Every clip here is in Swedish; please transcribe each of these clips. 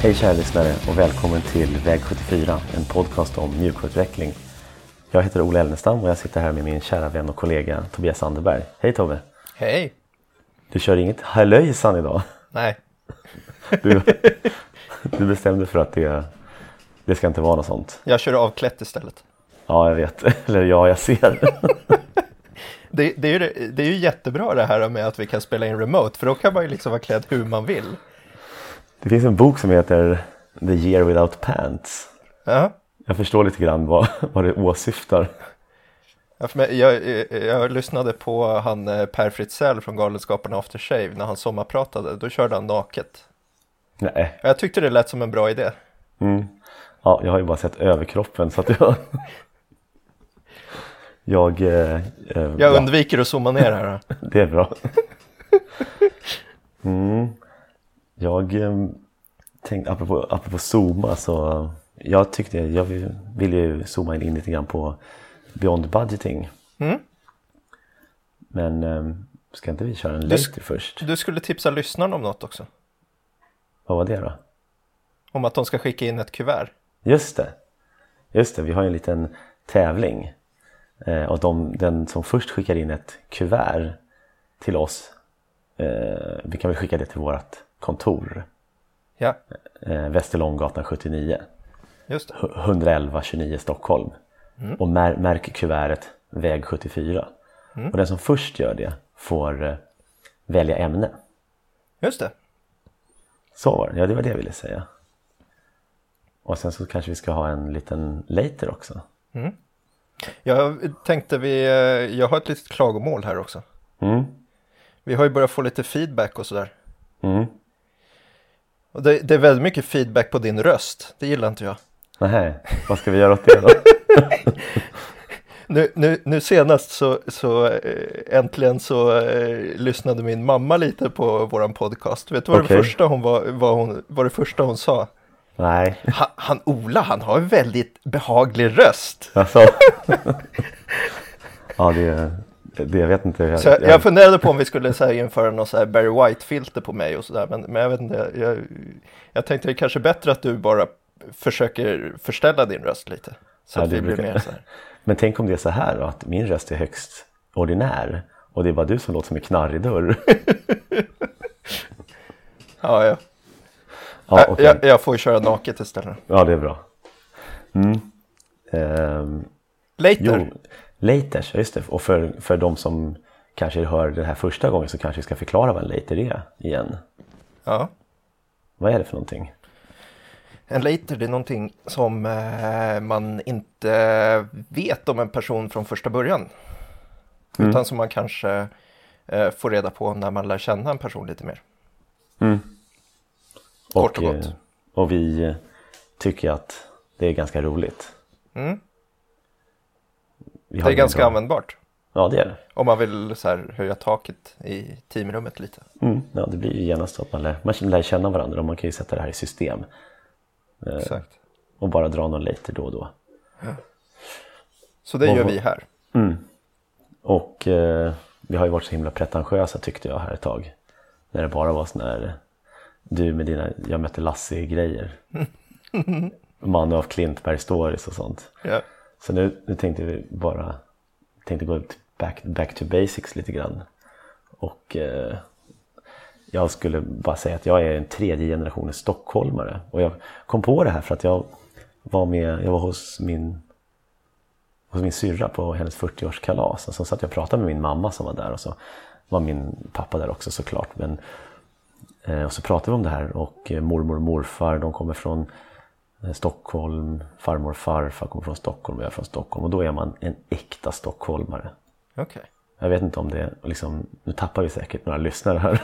Hej kära lyssnare och välkommen till Väg 74, en podcast om mjukvaruutveckling. Jag heter Ola Elnestam och jag sitter här med min kära vän och kollega Tobias Anderberg. Hej Tobbe! Hej! Du kör inget hallöjsan idag? Nej. Du bestämde för att det ska inte vara något sånt. Jag kör avklätt istället. Ja, jag vet. Eller ja, jag ser. Det är ju jättebra det här med att vi kan spela in remote. För då kan man ju liksom vara klädd hur man vill. Det finns en bok som heter The Year Without Pants. Ja. Jag förstår lite grann vad det åsyftar. Ja, jag lyssnade på han Per Fritzell från Galenskaparna After Shave när han sommarpratade. Då körde han naket. Nej. Jag tyckte det lät som en bra idé. Mm. Ja, jag har ju bara sett överkroppen så att jag undviker att zooma ner här. Det är bra. Jag tänkte, apropå zooma, så jag ville ju zooma in lite grann på Beyond Budgeting. Men ska inte vi köra en later först? Du skulle tipsa lyssnarna om något också. Vad var det då? Om att de ska skicka in ett kuvert. Just det, vi har en liten tävling. Och den som först skickar in ett kuvert till oss, vi kan väl skicka det till vårt kontor. Ja. Västerlånggatan 79. Just det. 111 29 Stockholm. Och märk kuvertet väg 74. Och den som först gör det får välja ämne. Just det. Så var det. Ja, det var det jag ville säga. Och sen så kanske vi ska ha en liten later också. Jag tänkte jag har ett litet klagomål här också. Vi har ju börjat få lite feedback och sådär. Och det är väldigt mycket feedback på din röst. Det gillar inte jag. Nej, vad ska vi göra åt det då? Nu senast så äntligen så lyssnade min mamma lite på våran podcast. Vet du vad det första hon sa? Nej. Ola, han har en väldigt behaglig röst. Alltså. Ja, det jag vet inte. Jag funderade på om vi skulle så här, införa någon så här Barry White-filter på mig och sådär. Men jag vet inte. Jag tänkte det är kanske bättre att du bara försöker förställa din röst lite. Så att vi blir mer så här. Men tänk om det är så här då, att min röst är högst ordinär. Och det är bara du som låter som en knarrig dörr. Ja. Ja, okay. Jag får köra naket istället. Ja, det är bra. Later. Laters, just det. Och för de som kanske hör det här första gången så kanske vi ska förklara vad en later är igen. Ja. Vad är det för någonting? En later, det är någonting som man inte vet om en person från första början. Utan som man kanske får reda på när man lär känna en person lite mer. Kort och gott. Och vi tycker att det är ganska roligt. Det är ganska användbart. Ja, det är det. Om man vill så här, höja taket i teamrummet lite. Ja, det blir ju genast att man lär känna varandra och man kan ju sätta det här i system. Exakt. Och bara dra någon later då och då. Ja. Så det gör vi här. Och vi har ju varit så himla pretentiösa tyckte jag här ett tag. När det bara var sån här du med dina jag mötte Lasse-grejer. Man av Klintberg stories och sånt. Ja. Så nu tänkte vi gå back to basics lite grann. Och jag skulle bara säga att jag är en tredje generationens stockholmare. Och jag kom på det här för att jag var hos min syrra på hennes 40-årskalas. Och så satt jag och pratade med min mamma som var där. Och så var min pappa där också såklart. Och så pratade vi om det här. Och mormor och morfar, de kommer från Stockholm. Farmor och farfar kommer från Stockholm och jag är från Stockholm. Och då är man en äkta stockholmare. Okej. Jag vet inte om det liksom, nu tappar vi säkert några lyssnare här.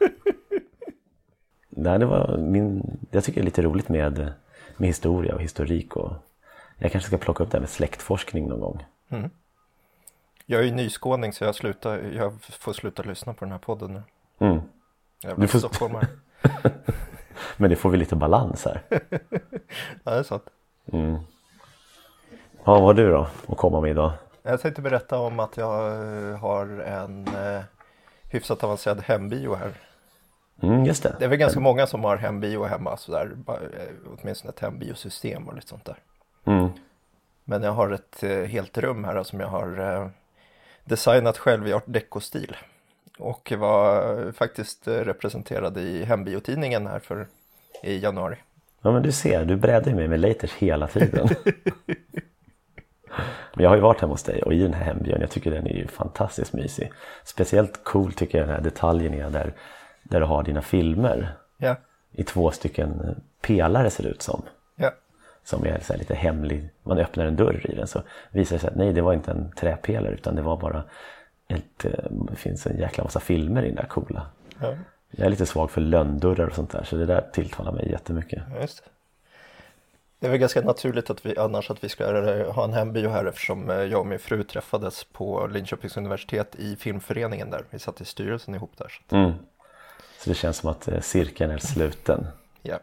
Nej, jag tycker det är lite roligt med historia och historik. Och jag kanske ska plocka upp det här med släktforskning någon gång. Jag är ju nyskåning så jag får sluta lyssna på den här podden nu. Du får stockholmare. Men det får vi lite balans här. Ja, det är sant. Ja, vad har du då att komma med idag? Jag tänkte berätta om att jag har en hyfsat avancerad hembio här. Just det. Det är väl ganska många som har hembio hemma, sådär, åtminstone ett hembiosystem och lite sånt där. Men jag har ett helt rum här som jag har designat själv i art deco-stil. Och var faktiskt representerad i hembiotidningen här i januari. Ja, men du ser, du brädde mig med laters hela tiden. Men jag har ju varit hemma hos dig och i den här hembion, jag tycker den är ju fantastiskt mysig. Speciellt cool tycker jag den här detaljen är där du har dina filmer. Ja. I 2 stycken pelare ser det ut som. Ja. Som är så här lite hemlig. Man öppnar en dörr i den så visar det sig att nej, det var inte en träpelare utan det var bara det finns en jäkla massa filmer i den där coola. Ja. Jag är lite svag för lönndörrar och sånt där så det där tilltalar mig jättemycket. Just det. Det är väl ganska naturligt att vi ska ha en hembio här eftersom jag och min fru träffades på Linköpings universitet i filmföreningen där. Vi satt i styrelsen ihop där. Så det känns som att cirkeln är sluten. Ja.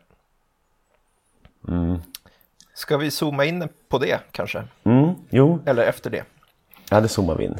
Ska vi zooma in på det kanske? Jo. Eller efter det? Ja, det zoomar vi in.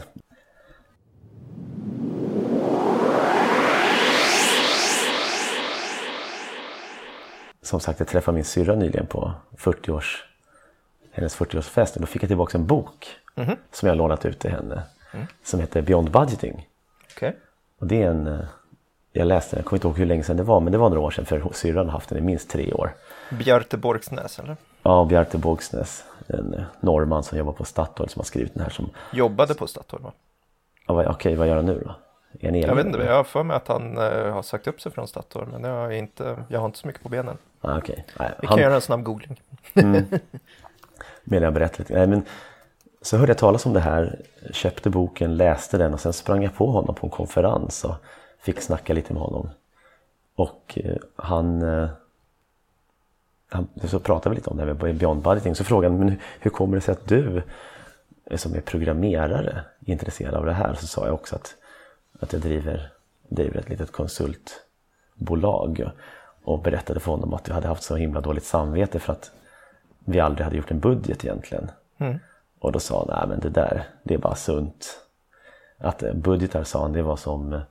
Som sagt, jag träffade min syrra nyligen på hennes 40-årsfest och då fick jag tillbaka en bok som jag lånat ut till henne som heter Beyond Budgeting. Okay. Och det är jag läste den, jag kommer inte ihåg hur länge sedan det var, men det var några år sedan för syrran har haft den i minst 3 år. Bjarte Borgsnäs eller? Ja, Bjarte Borgsnäs, en norrman som jobbar på Statoil som har skrivit den här som... Jobbade på Statoil va? Ja, okej, vad gör han nu då? Jag vet inte, jag har för mig att han har sagt upp sig från Statoil, men jag har inte så mycket på benen. Okay. Nej, vi kan göra en snabb googling. Men jag berättade lite. Nej, men så hörde jag talas om det här, köpte boken, läste den och sen sprang jag på honom på en konferens och fick snacka lite med honom. Och så pratade vi lite om det här med Beyond Budgeting. Så frågade han, men hur kommer det sig att du som är programmerare är intresserad av det här? Så sa jag också att jag driver ett litet konsultbolag och berättade för honom att jag hade haft så himla dåligt samvete för att vi aldrig hade gjort en budget egentligen. Och då sa han, nej men det är bara sunt. Att budgetar, sa han, det var som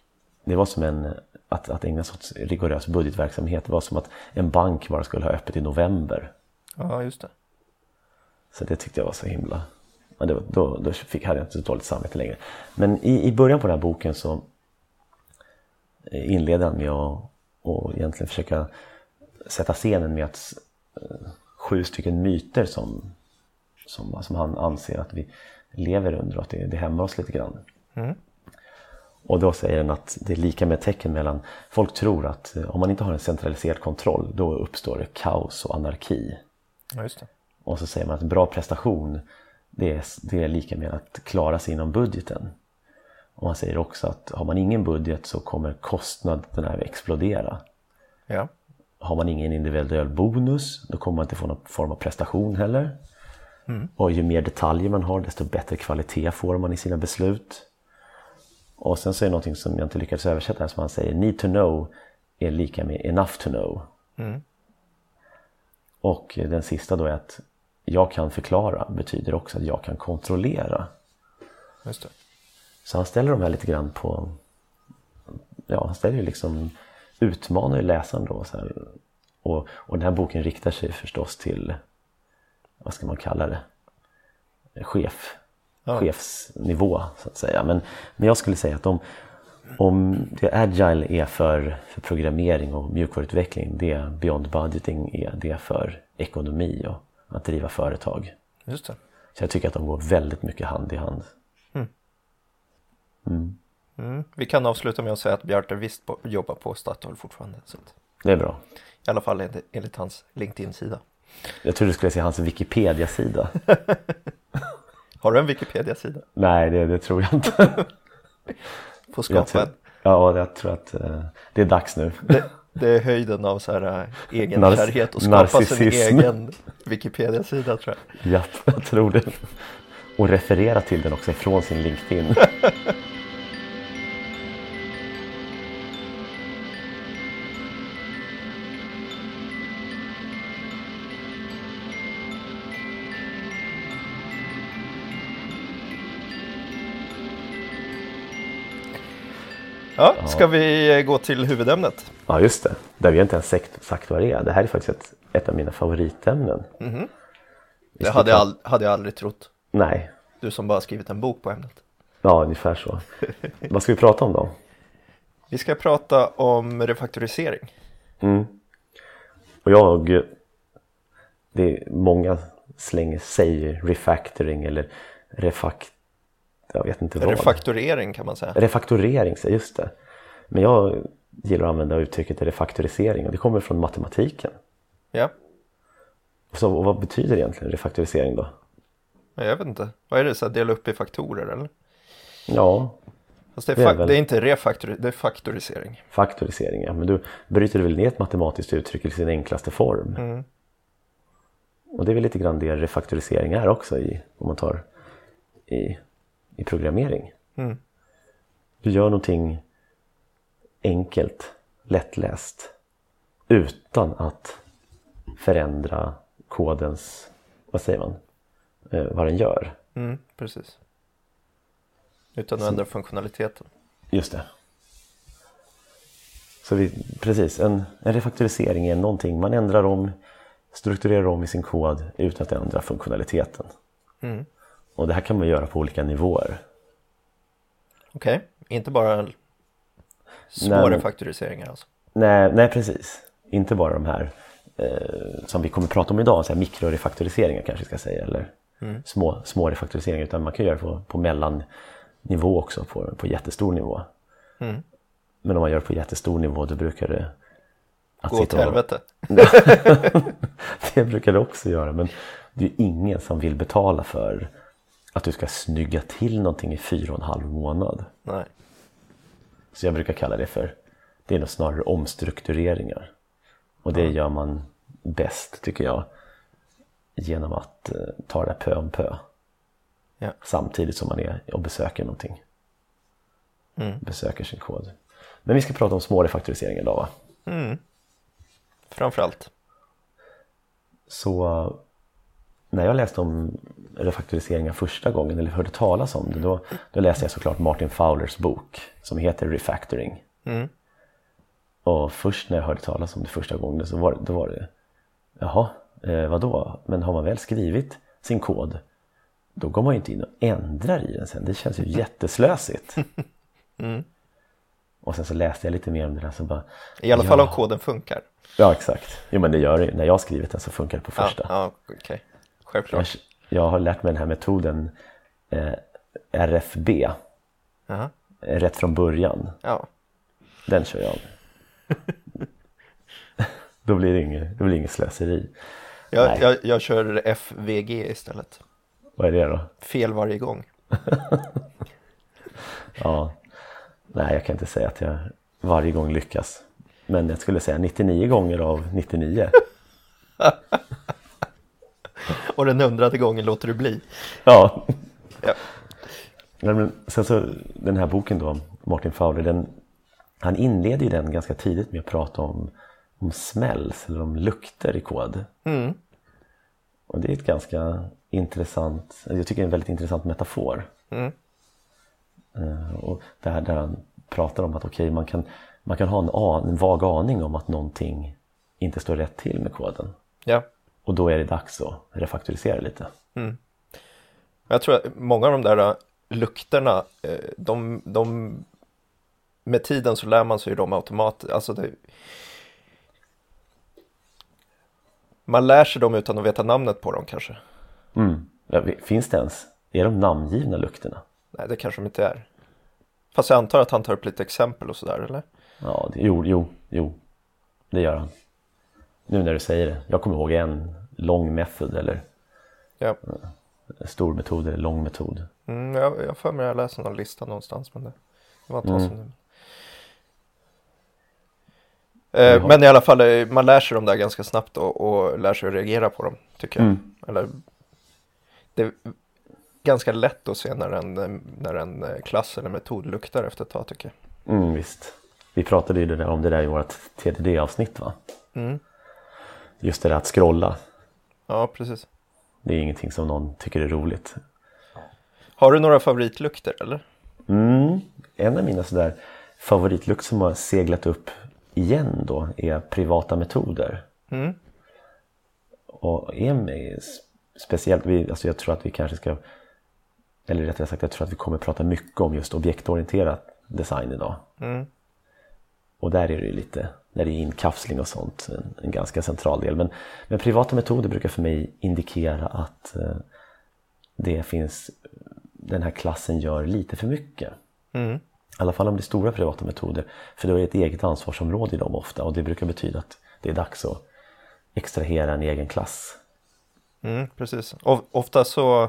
att ägna sig åt rigorös budgetverksamhet. Det var som att en bank bara skulle ha öppet i november. Ja, just det. Så det tyckte jag var så himla... Ja, då hade jag inte så dåligt samvete längre. Men i början på den här boken så inleder han med att egentligen försöka sätta scenen med att 7 stycken myter som han anser att vi lever under och att det hämmar oss lite grann. Och då säger den att det är lika med tecken mellan... Folk tror att om man inte har en centraliserad kontroll då uppstår det kaos och anarki. Ja, just det. Och så säger man att bra prestation det är lika med att klara sig inom budgeten. Och man säger också att har man ingen budget så kommer kostnaderna att explodera. Ja. Har man ingen individuell bonus då kommer man inte få någon form av prestation heller. Och ju mer detaljer man har desto bättre kvalitet får man i sina beslut. Och sen så är det någonting som jag inte lyckades översätta här som han säger, need to know är lika med enough to know. Och den sista då är att jag kan förklara betyder också att jag kan kontrollera. Just det. Så han ställer de här lite grann på... Ja, han ställer ju liksom... Utmanar ju läsaren då. Så här. Och den här boken riktar sig förstås till... Vad ska man kalla det? Chefsnivå så att säga. Men jag skulle säga att om det agile är för programmering och mjukvaruutveckling, det Beyond Budgeting är det för ekonomi och att driva företag. Just det. Så jag tycker att de går väldigt mycket hand i hand. Vi kan avsluta med att säga att Bjarte visst jobbar på Statoil fortfarande. Så det är bra. I alla fall enligt hans LinkedIn-sida. Jag tror du skulle säga hans Wikipedia-sida. Har du en Wikipedia-sida? Nej, det tror jag inte. Får skapa en. Ja, jag tror att det är dags nu. Det är höjden av så här egenkärhet och skapa sin egen Wikipedia-sida, tror jag. Ja, jag tror det. Och referera till den också från sin LinkedIn. Ja, ska vi gå till huvudämnet? Ja, just det. Där vi inte ens sagt vad det är. Det här är faktiskt ett av mina favoritämnen. Mm-hmm. Det hade jag aldrig trott. Nej. Du som bara skrivit en bok på ämnet. Ja, ungefär så. Vad ska vi prata om då? Vi ska prata om refaktorisering. Och det är många säger refactoring eller jag vet inte vad. Refaktorering kan man säga. Refaktorering, just det. Men jag gillar att använda uttrycket refaktorisering och det kommer från matematiken. Ja. Och vad betyder egentligen refaktorisering då? Jag vet inte. Vad är det, så att dela upp i faktorer eller? Ja. Fast det är inte refaktorisering, det är faktorisering. Faktorisering, ja. Men du bryter väl ner ett matematiskt uttryck i sin enklaste form. Och det är väl lite grann det refaktorisering är också om man tar i programmering. Du gör någonting enkelt, lättläst utan att förändra kodens, vad säger man, vad den gör. Precis. Utan att ändra funktionaliteten. Just det. Så precis, en refaktorisering är någonting man ändrar om, strukturerar om i sin kod utan att ändra funktionaliteten. Och det här kan man göra på olika nivåer. Okej, inte bara små refaktoriseringar alltså? Nej, precis. Inte bara de här som vi kommer att prata om idag, så här mikrorefaktoriseringar kanske ska säga, eller små refaktoriseringar, utan man kan göra det på mellannivå också, på jättestor nivå. Men om man gör det på jättestor nivå, då brukar det gå till helvete. Det brukar det också göra, men det är ingen som vill betala för att du ska snygga till någonting i 4,5 månad. Nej. Så jag brukar kalla det är nog snarare omstruktureringar. Och det gör man bäst, tycker jag, genom att ta det pö om pö. Ja. Samtidigt som man är och besöker någonting. Besöker sin kod. Men vi ska prata om små refaktoriseringar idag, va? Framförallt. Så när jag läste om refaktoriseringar första gången, eller hörde talas om det, då läste jag såklart Martin Fowlers bok som heter Refactoring. Och först när jag hörde talas om det första gången så var det jaha, vadå? Men har man väl skrivit sin kod, då går man ju inte in och ändrar i den sen. Det känns ju jätteslösigt. Och sen så läste jag lite mer om det där, så bara, i alla fall om koden funkar. Ja, exakt. Jo, men det gör det. När jag har skrivit den så funkar det på första. Ja, okej. Självklart. Jag har lärt mig den här metoden RFB. Rätt från början. Ja. Den kör jag. Då blir det inget slöseri. Jag kör FVG istället. Vad är det då? Fel varje gång. Ja. Nej, jag kan inte säga att jag varje gång lyckas. Men jag skulle säga 99 gånger av 99. Och den 100:e gången låter du bli. Ja. Ja. Men sen så den här boken då, Martin Fowler, han inleder ju den ganska tidigt med att prata om smells eller om lukter i kod. Och det är ett ganska intressant, jag tycker det är en väldigt intressant metafor. Och det här där han pratar om att okej, man kan ha en vag aning om att någonting inte står rätt till med koden. Ja. Och då är det dags att refaktorisera lite. Jag tror att många av de där lukterna, de med tiden så lär man sig ju dem automatiskt. Alltså man lär sig dem utan att veta namnet på dem kanske. Ja, finns det ens? Är de namngivna lukterna? Nej, det kanske de inte är. Fast jag antar att han tar upp lite exempel och sådär, eller? Ja, jo. Det gör han. Nu när du säger det. Jag kommer ihåg en lång method eller stor metod eller lång metod. Jag för mig att jag läste någon lista någonstans, men det var inte vad som nu. Men i alla fall, man lär sig dem där ganska snabbt och lär sig att reagera på dem, tycker jag. Eller, det är ganska lätt att se när en klass eller metod luktar efter ett tag, tycker jag. Visst. Vi pratade ju om det där i vårt TDD-avsnitt, va? Just det där att scrolla. Ja, precis. Det är ingenting som någon tycker är roligt. Har du några favoritlukter, eller? En av mina sådär favoritlukt som har seglat upp igen då är privata metoder. Och speciellt, alltså jag tror att vi kanske ska, eller rättare sagt jag tror att vi kommer prata mycket om just objektorienterat design idag. Och där är det ju lite, där är inkapsling och sånt en ganska central del. Men privata metoder brukar för mig indikera att det finns, den här klassen gör lite för mycket. I alla fall om det är stora privata metoder. För då är det ett eget ansvarsområde i dem ofta. Och det brukar betyda att det är dags att extrahera en egen klass. Precis. Ofta så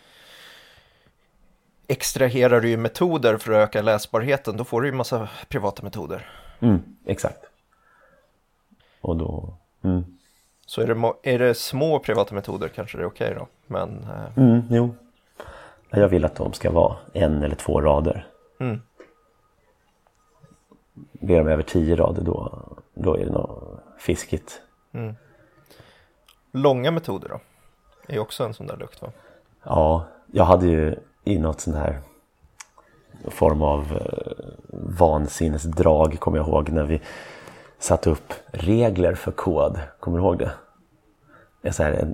extraherar du ju metoder för att öka läsbarheten. Då får du ju massa privata metoder. Exakt. Och då... Så är det små privata metoder kanske det är okej då. Men... Jo. Jag vill att de ska vara 1 eller 2 rader. Blir de över 10 rader då är det något fiskigt. Långa metoder då? Är också en sån där lukt, va? Ja, jag hade ju i något sån här form av vansinnesdrag, kommer jag ihåg, när vi satte upp regler för kod. Kommer du ihåg det? Så här,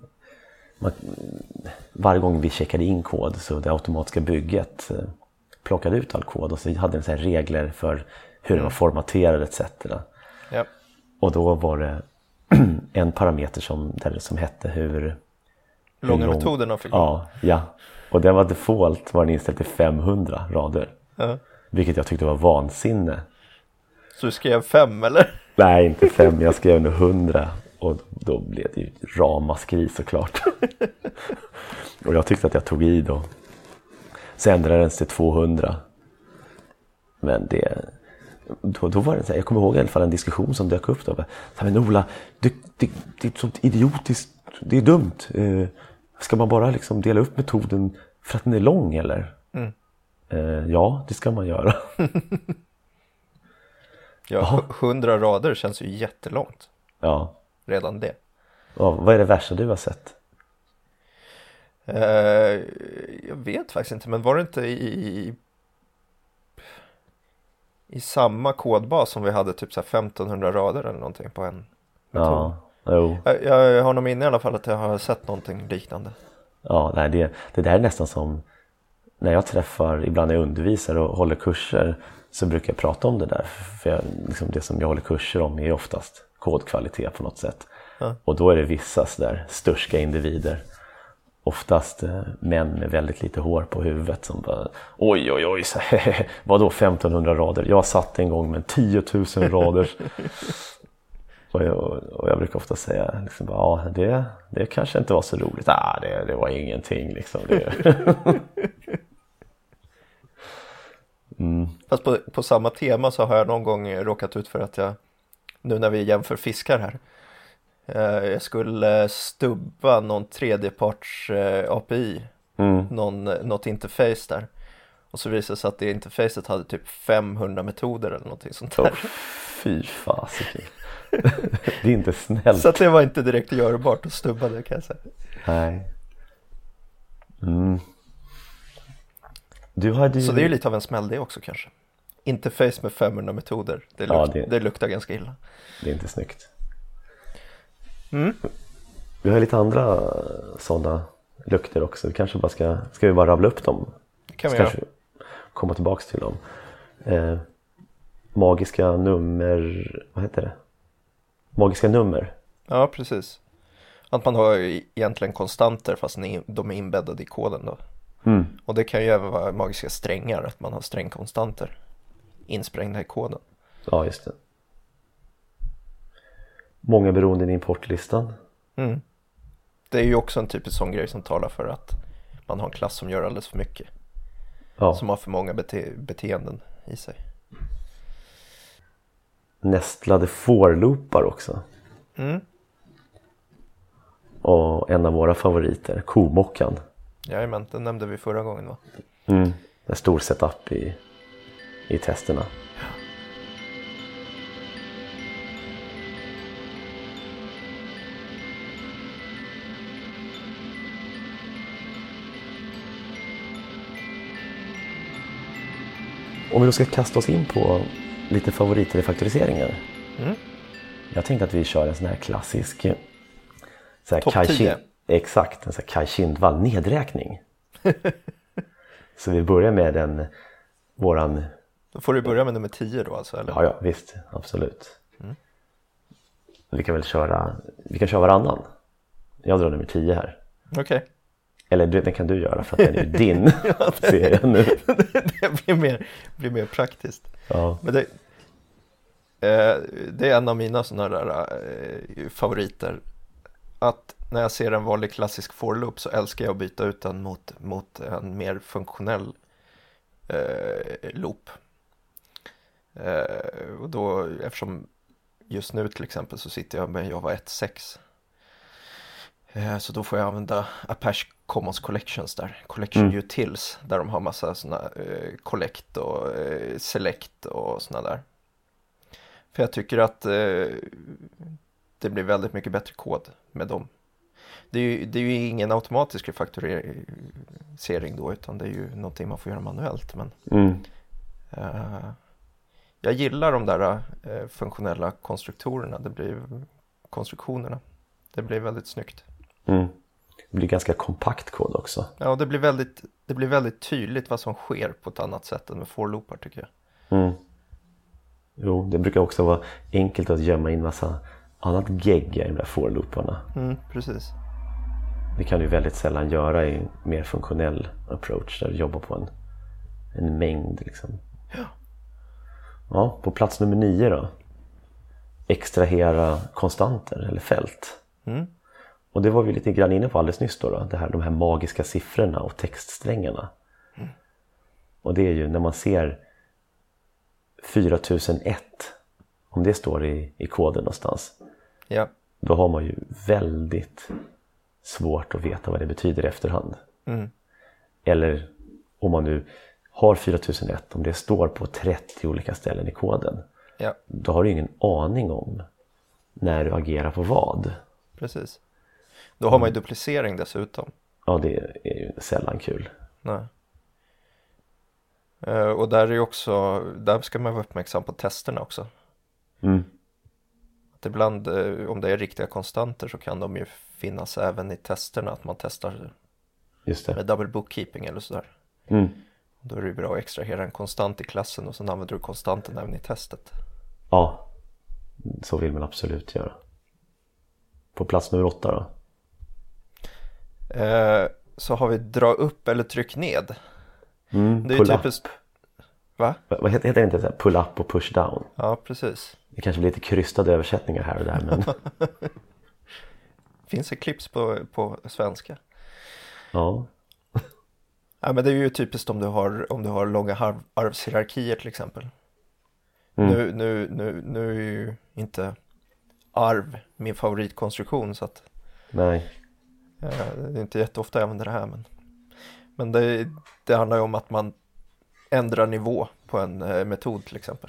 varje gång vi checkade in kod så det automatiska bygget plockade ut all kod och så hade den så här regler för hur den var formaterad etc. Ja. Och då var det en parameter som hette hur långa metoderna fick. Ja. Och den var default var den inställd till 500 rader. Vilket jag tyckte var vansinne. Så du skrev 5 eller? Nej, inte 5. Jag skrev under 100. Och då blev det ju ramaskri såklart. Och jag tyckte att jag tog i då. Så ändrade den till 200. Men då var det så här, jag kommer ihåg i alla fall en diskussion som dök upp då. Men Ola, det är sånt idiotiskt, det är dumt. Ska man bara liksom dela upp metoden för att den är lång eller? Ja, det ska man göra. Ja, 100 rader känns ju jättelångt. Ja. Redan det. Ja, vad är det värsta du har sett? Jag vet faktiskt inte, men var det inte i samma kodbas som vi hade typ så här 1500 rader eller någonting på en metod? Ja, jo. Jag har nog minne i alla fall att jag har sett någonting liknande. Ja, nej, det där är nästan som när jag träffar, ibland när jag undervisar och håller kurser så brukar jag prata om det där. För liksom det som jag håller kurser om är oftast kodkvalitet på något sätt. Och då är det vissa där störska individer. Oftast män med väldigt lite hår på huvudet som bara oj, så här, vadå 1500 rader? Jag satt en gång med 10 000 rader. och jag brukar ofta säga liksom, ja, det kanske inte var så roligt. Det var ingenting liksom. Fast på samma tema så har jag någon gång råkat ut för att jag, nu när vi jämför fiskar här, jag skulle stubba någon tredjeparts API, något interface där. Och så visade det sig att det interfacet hade typ 500 metoder eller någonting sånt där. Fy fasiken. Det är inte snällt. Så att det var inte direkt görbart att stubba det, kan jag säga. Nej. Så det är ju lite av en smäll det också kanske. Interface med 500 metoder. Det luktar ganska illa. Det är inte snyggt. Vi har lite andra sådana lukter också. Kanske bara ska vi bara rabbla upp dem? Kan vi kanske komma tillbaka till dem. Magiska nummer, vad heter det? Magiska nummer. Ja, precis. Att man har egentligen konstanter fast de är inbäddade i koden då. Och det kan ju även vara magiska strängar, att man har strängkonstanter insprängda i koden. Ja, just det. Många beroenden i importlistan. Det är ju också en typisk sån grej som talar för att man har en klass som gör alldeles för mycket. Ja. Som har för många beteenden i sig. Nästlade for-loopar också. Och en av våra favoriter, komockan. Jajamän, den nämnde vi förra gången, va? En stor setup i testerna. Om vi då ska kasta oss in på lite favoriter i faktoriseringar. Mm. Jag tänkte att vi kör en sån här klassisk så här Topp 10. Exakt, en sån här Kai Kindvall nedräkning. Så vi börjar med våran... Då får du börja med nummer 10 då alltså, eller? Ja, visst, absolut. Vi kan köra varannan. Jag drar nummer 10 här. Okej. Eller det kan du göra för att den är din. Ser jag nu. Det blir mer praktiskt. Ja. Men det är en av mina sådana där favoriter. Att när jag ser en vanlig klassisk for loop så älskar jag att byta ut den mot en mer funktionell loop. Och då, eftersom just nu till exempel så sitter jag med Java 1.6. Så då får jag använda Apache Commons Collections där. Collection Utils. Där de har massa sådana collect och select och sådana där. För jag tycker att det blir väldigt mycket bättre kod med dem. Det är ju ingen automatisk refaktorisering då, utan det är ju någonting man får göra manuellt. Men jag gillar de där funktionella konstruktionerna. Det blir väldigt snyggt. Det blir ganska kompakt kod också. Ja, det blir väldigt tydligt vad som sker på ett annat sätt än med for-loopar tycker jag. Jo, det brukar också vara enkelt att gömma in massa annat gegg i de där for-looparna. Precis. Det kan du väldigt sällan göra i mer funktionell approach där du jobbar på en mängd liksom. Ja, på plats nummer 9 då. Extrahera konstanter eller fält. Och det var vi lite grann inne på alldeles nyss då. De här magiska siffrorna och textsträngarna. Och det är ju när man ser 4001, om det står i koden någonstans. Ja. Då har man ju väldigt svårt att veta vad det betyder i efterhand. Eller om man nu har 4001, om det står på 30 olika ställen i koden. Ja. Då har du ingen aning om när du agerar på vad. Precis. Då har man ju duplicering dessutom. Ja, det är ju sällan kul. Nej. Och där ska man vara uppmärksam på testerna också. Att ibland, om det är riktiga konstanter så kan de ju finnas även i testerna, att man testar med double bookkeeping eller sådär. Då är det bra att extrahera en konstant i klassen och sen använder du konstanten även i testet. Ja, så vill man absolut göra. På plats nummer 8 då? Så har vi dra upp eller tryck ned. Det är ju typiskt. Va? Vad heter det inte så här? Pull up och push down? Ja, precis. Det kanske blir lite krystade översättningar här och där. Men... Finns det clips på svenska? Ja. Ja, men det är ju typiskt om du har långa arvshierarkier till exempel. Nu är ju inte arv min favoritkonstruktion så att nej. Det är inte jätteofta jag använder det här men det handlar ju om att man ändrar nivå på en metod till exempel.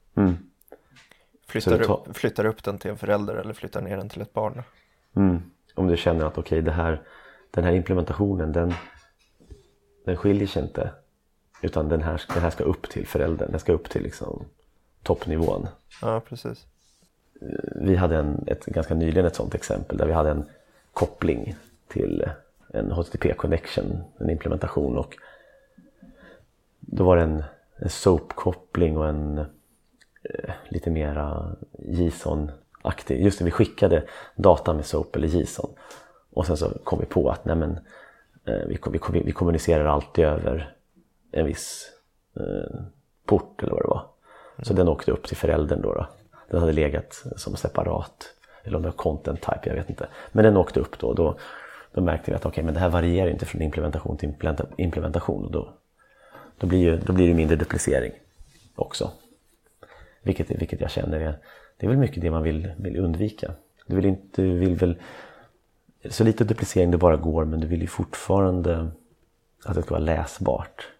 Flyttar upp den till en förälder eller flyttar ner den till ett barn. Om du känner att okej, den här implementationen den skiljer sig inte, utan den här ska upp till föräldern, den ska upp till liksom toppnivån. Ja, precis. Vi hade ganska nyligen ett sånt exempel där vi hade en koppling till en HTTP connection, en implementation, och då var det en SOAP-koppling och en lite mera JSON-aktig. Just det, vi skickade data med SOAP eller JSON och sen så kom vi på att vi kommunicerar alltid över en viss port eller vad det var. Så den åkte upp till föräldern då. Den hade legat som separat, eller om det var content type, jag vet inte. Men den åkte upp då märkte vi att men det här varierar inte från implementation till implementation, och då blir det mindre duplicering också. Vilket jag känner det är väl mycket det man vill undvika. Du vill väl så lite duplicering det bara går, men du vill ju fortfarande att det ska vara läsbart.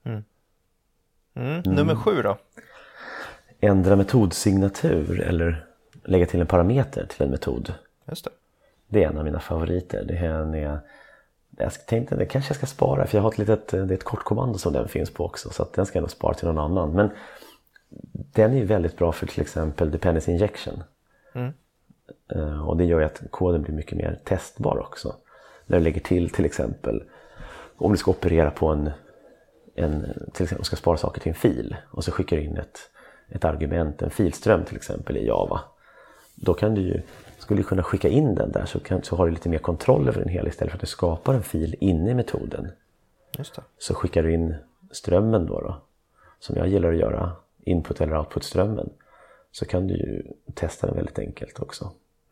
Nummer 7 då? Ändra metodsignatur eller lägga till en parameter till en metod. Just det. Det är en av mina favoriter. Det är Jag tänkte det kanske jag ska spara, för jag har det är ett kortkommando som den finns på också, så att den ska jag nog spara till någon annan. Men den är ju väldigt bra för till exempel dependency injection. Och det gör ju att koden blir mycket mer testbar också. När du lägger till exempel om du ska operera på till exempel ska spara saker till en fil och så skickar du in ett argument, en filström till exempel i Java. Då skulle du kunna skicka in den där, så har du lite mer kontroll över den hela, istället för att du skapar en fil inne i metoden. Just det. Så skickar du in strömmen då, som jag gillar att göra, input eller output strömmen, så kan du ju testa den väldigt enkelt också.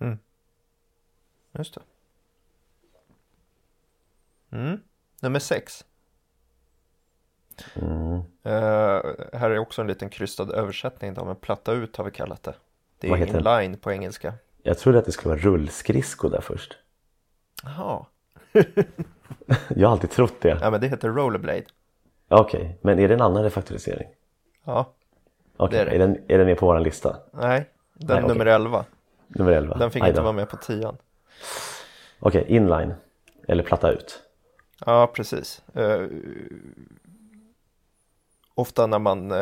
Just det. Nummer 6. Här är också en liten krystad översättning då, men platta ut har vi kallat det. Det är inline på engelska. Jag trodde att det skulle vara rullskridsko där först. Jaha. Jag har alltid trott det. Ja, men det heter rollerblade. Okej, men är det en annan refaktorisering? Ja. Okej, det är det. Är den med på vår lista? Nej, nummer 11. Nummer 11. Den fick inte vara med på 10. Okej, inline. Eller platta ut. Ja, precis. Ofta när man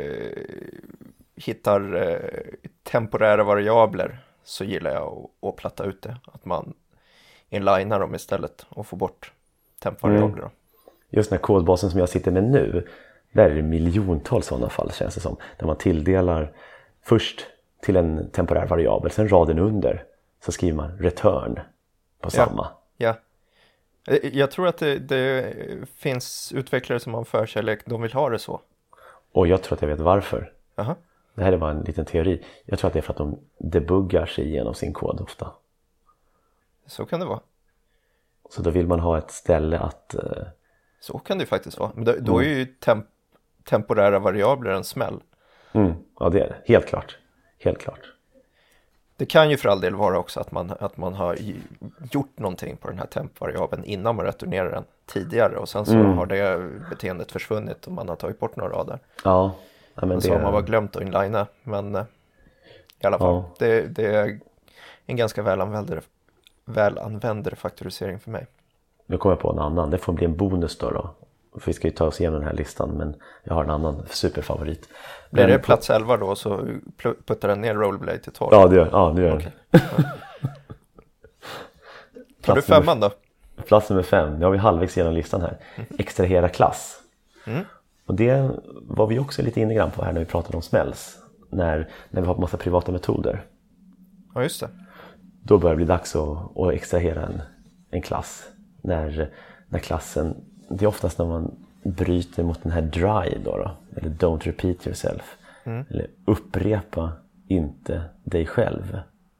hittar temporära variabler så gillar jag att platta ut det. Att man inlinear dem istället och får bort tempvariabler. Just den här kodbasen som jag sitter med nu, där är det miljontals sådana fall, känns det som. Där man tilldelar först till en temporär variabel, sen raden under så skriver man return på samma. Ja. Jag tror att det finns utvecklare som man för sig, eller de vill ha det så. Och jag tror att jag vet varför. Aha. Det här är bara en liten teori. Jag tror att det är för att de debuggar sig igenom sin kod ofta. Så kan det vara. Så då vill man ha ett ställe att... Så kan det faktiskt vara. Men då är ju temporära variabler en smäll. Ja, det är det. Helt klart. Helt klart. Det kan ju för all del vara också att man har gjort någonting på den här tempvariabeln innan man returnerar den tidigare. Och sen så har det beteendet försvunnit och man har tagit bort några rader. Ja. Men så har man bara glömt att inlinea. Men i alla fall, det är en ganska välanvänd refaktorisering för mig. Nu kommer jag på en annan. Det får bli en bonus då. För vi ska ju ta oss igenom den här listan, men jag har en annan superfavorit. Blir det plats 11 då, så puttar den ner rollerblade till 12? Ja, det gör den. Okay. Tar du 5 då? Plats nummer 5. Nu har vi halvvägs genom listan här. Extrahera klass. Och det var vi också lite inne grann på här när vi pratade om smells. När vi har massa privata metoder. Ja, just det. Då börjar det bli dags att extrahera en klass. När klassen, det är oftast när man bryter mot den här dry då. Eller don't repeat yourself. Eller upprepa inte dig själv.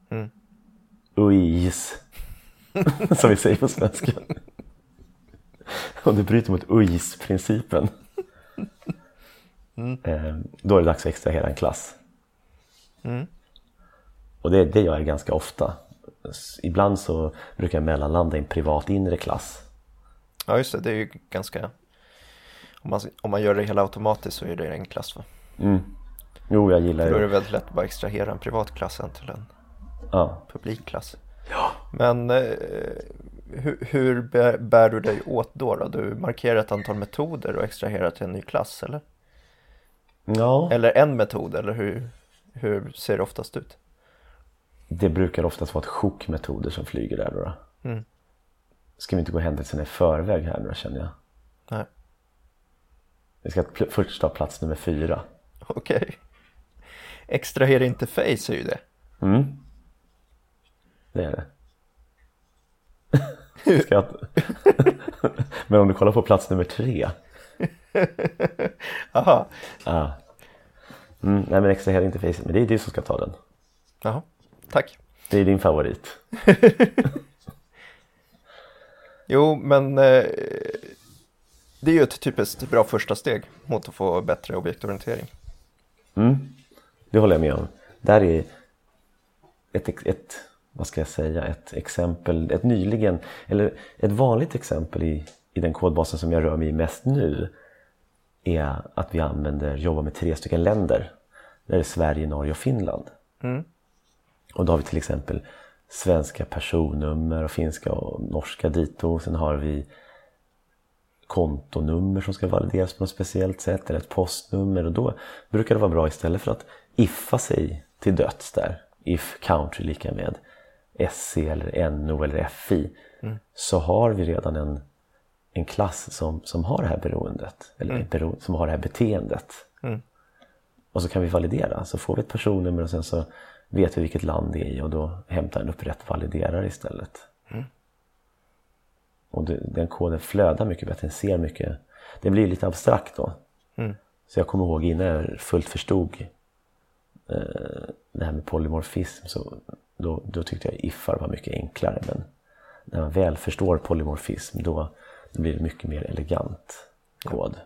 Uis. Som vi säger på svenska. Om du bryter mot UIS-principen, då är det dags att extrahera en klass. Och det gör jag ganska ofta. Ibland så brukar jag mellanlanda i en privat inre klass. Ja, just det. Det är ju ganska... Om man gör det hela automatiskt så är det en klass, va? Jo, jag gillar det. Då är det väldigt lätt att bara extrahera en privat klass till en publikklass. Ja. Men hur bär du dig åt då? Du markerar ett antal metoder och extraherar till en ny klass, eller? Ja. Eller en metod, eller hur ser det oftast ut? Det brukar oftast vara ett sjokmetoder som flyger där då. Ska vi inte gå händelserna i förväg här nu, känner jag. Nej. Vi ska först ta plats nummer 4. Okej. Extrahera interface är ju det. Det är det. Men om du kollar på plats nummer 3. Aha. Nej, men extrahera interface, men det är du som ska ta den. Jaha, tack. Det är din favorit. Jo, men det är ju ett typiskt bra första steg mot att få bättre objektorientering. Det håller jag med om. Där är ett exempel, ett vanligt exempel i den kodbasen som jag rör mig i mest nu är att vi jobbar med 3 stycken länder. Det är Sverige, Norge och Finland. Och då har vi till exempel svenska personnummer och finska och norska dito. Sen har vi kontonummer som ska valideras på något speciellt sätt eller ett postnummer, och då brukar det vara bra istället för att iffa sig till döds där, if country lika med SC eller NO eller FI, så har vi redan en klass som har det här beroendet eller som har det här beteendet. Och så kan vi validera, så får vi ett personnummer och sen så vet vi vilket land det är i, och då hämtar den upp rätt validerare istället. Och den koden flödar mycket bättre, den ser mycket, det blir lite abstrakt då. Så jag kommer ihåg innan jag fullt förstod det här med polymorfism, så då tyckte jag iffar var mycket enklare, men när man väl förstår polymorfism då blir det mycket mer elegant kod.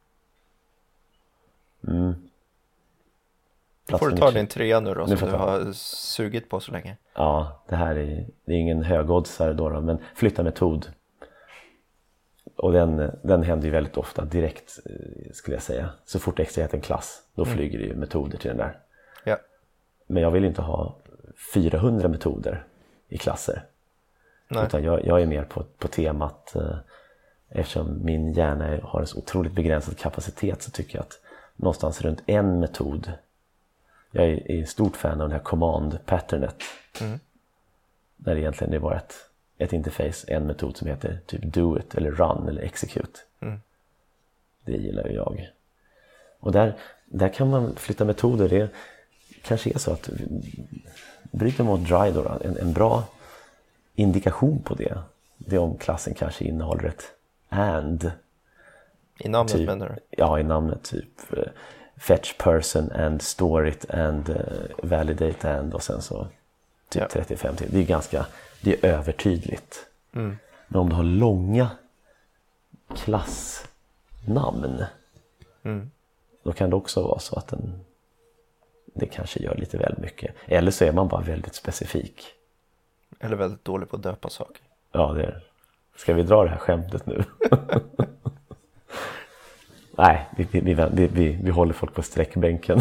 Då får du ta din 3 nu då, som du har sugit på så länge. Ja, det här är ingen högoddsare då, men flytta metod. Och den händer ju väldigt ofta direkt, skulle jag säga. Så fort extra heter en klass, då flyger det ju metoder till den där. Ja. Men jag vill inte ha 400 metoder i klasser. Nej. Utan jag är mer på temat, eftersom min hjärna har en så otroligt begränsad kapacitet, så tycker jag att någonstans runt en metod. Jag är stort fan av det här command-patternet. När det egentligen är bara ett interface, en metod som heter typ do it eller run eller execute. Det gillar ju jag. Och där kan man flytta metoder. Det kanske är så att bryter mot dry då, en bra indikation på det är om klassen kanske innehåller ett and. I namnet typ, menar du? Ja, i namnet typ fetch person and store it and validate and och sen så typ 35 till. Det är övertydligt. Men om du har långa klassnamn då kan det också vara så att det kanske gör lite väl mycket. Eller så är man bara väldigt specifik. Eller väldigt dålig på att döpa saker. Ja, det är. Ska vi dra det här skämtet nu? Nej, vi håller folk på sträckbänken.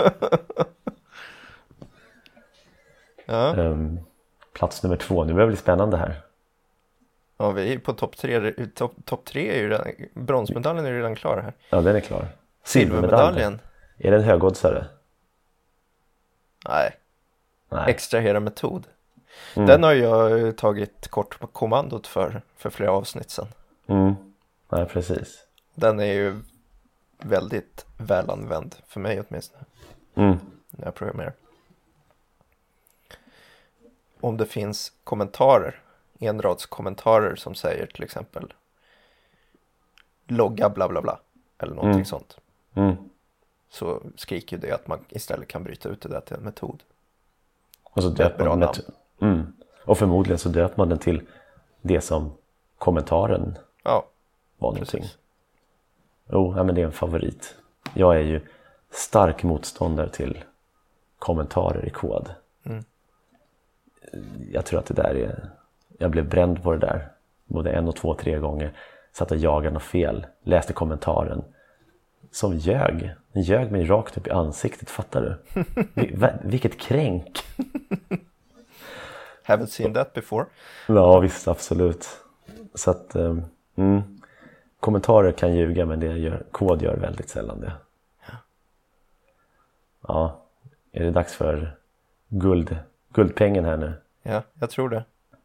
Plats nummer 2, nu börjar det bli spännande här. Ja, vi är på topp 3. Topp 3 är ju redan, bronsmedaljen är ju redan klar här. Ja, den är klar. Silvermedaljen. Är det en högoddsare? Nej. Extrahera metod. Den har jag tagit kort på kommandot för flera avsnitt sedan. Nej, precis. Den är ju väldigt välanvänd för mig åtminstone. När jag programmerar. Om det finns kommentarer, enradskommentarer som säger till exempel logga bla bla bla eller någonting sånt. Så skriker det att man istället kan bryta ut det där till en metod. Och så döper man och förmodligen så döper man den till det som kommentaren var någonting. Men det är en favorit. Jag är ju stark motståndare till kommentarer i kod. Jag tror att det där är... Jag blev bränd på det där både 1 och 2, 3 gånger. Satt och jagade något fel. Läste kommentaren. Som ljög. Den ljög mig rakt upp i ansiktet, fattar du? Vilket kränk. Haven't seen that before. Ja, visst, absolut. Så att kommentarer kan ljuga, men kod gör väldigt sällan det. Ja, är det dags för guldpengen här nu? Ja, jag tror det.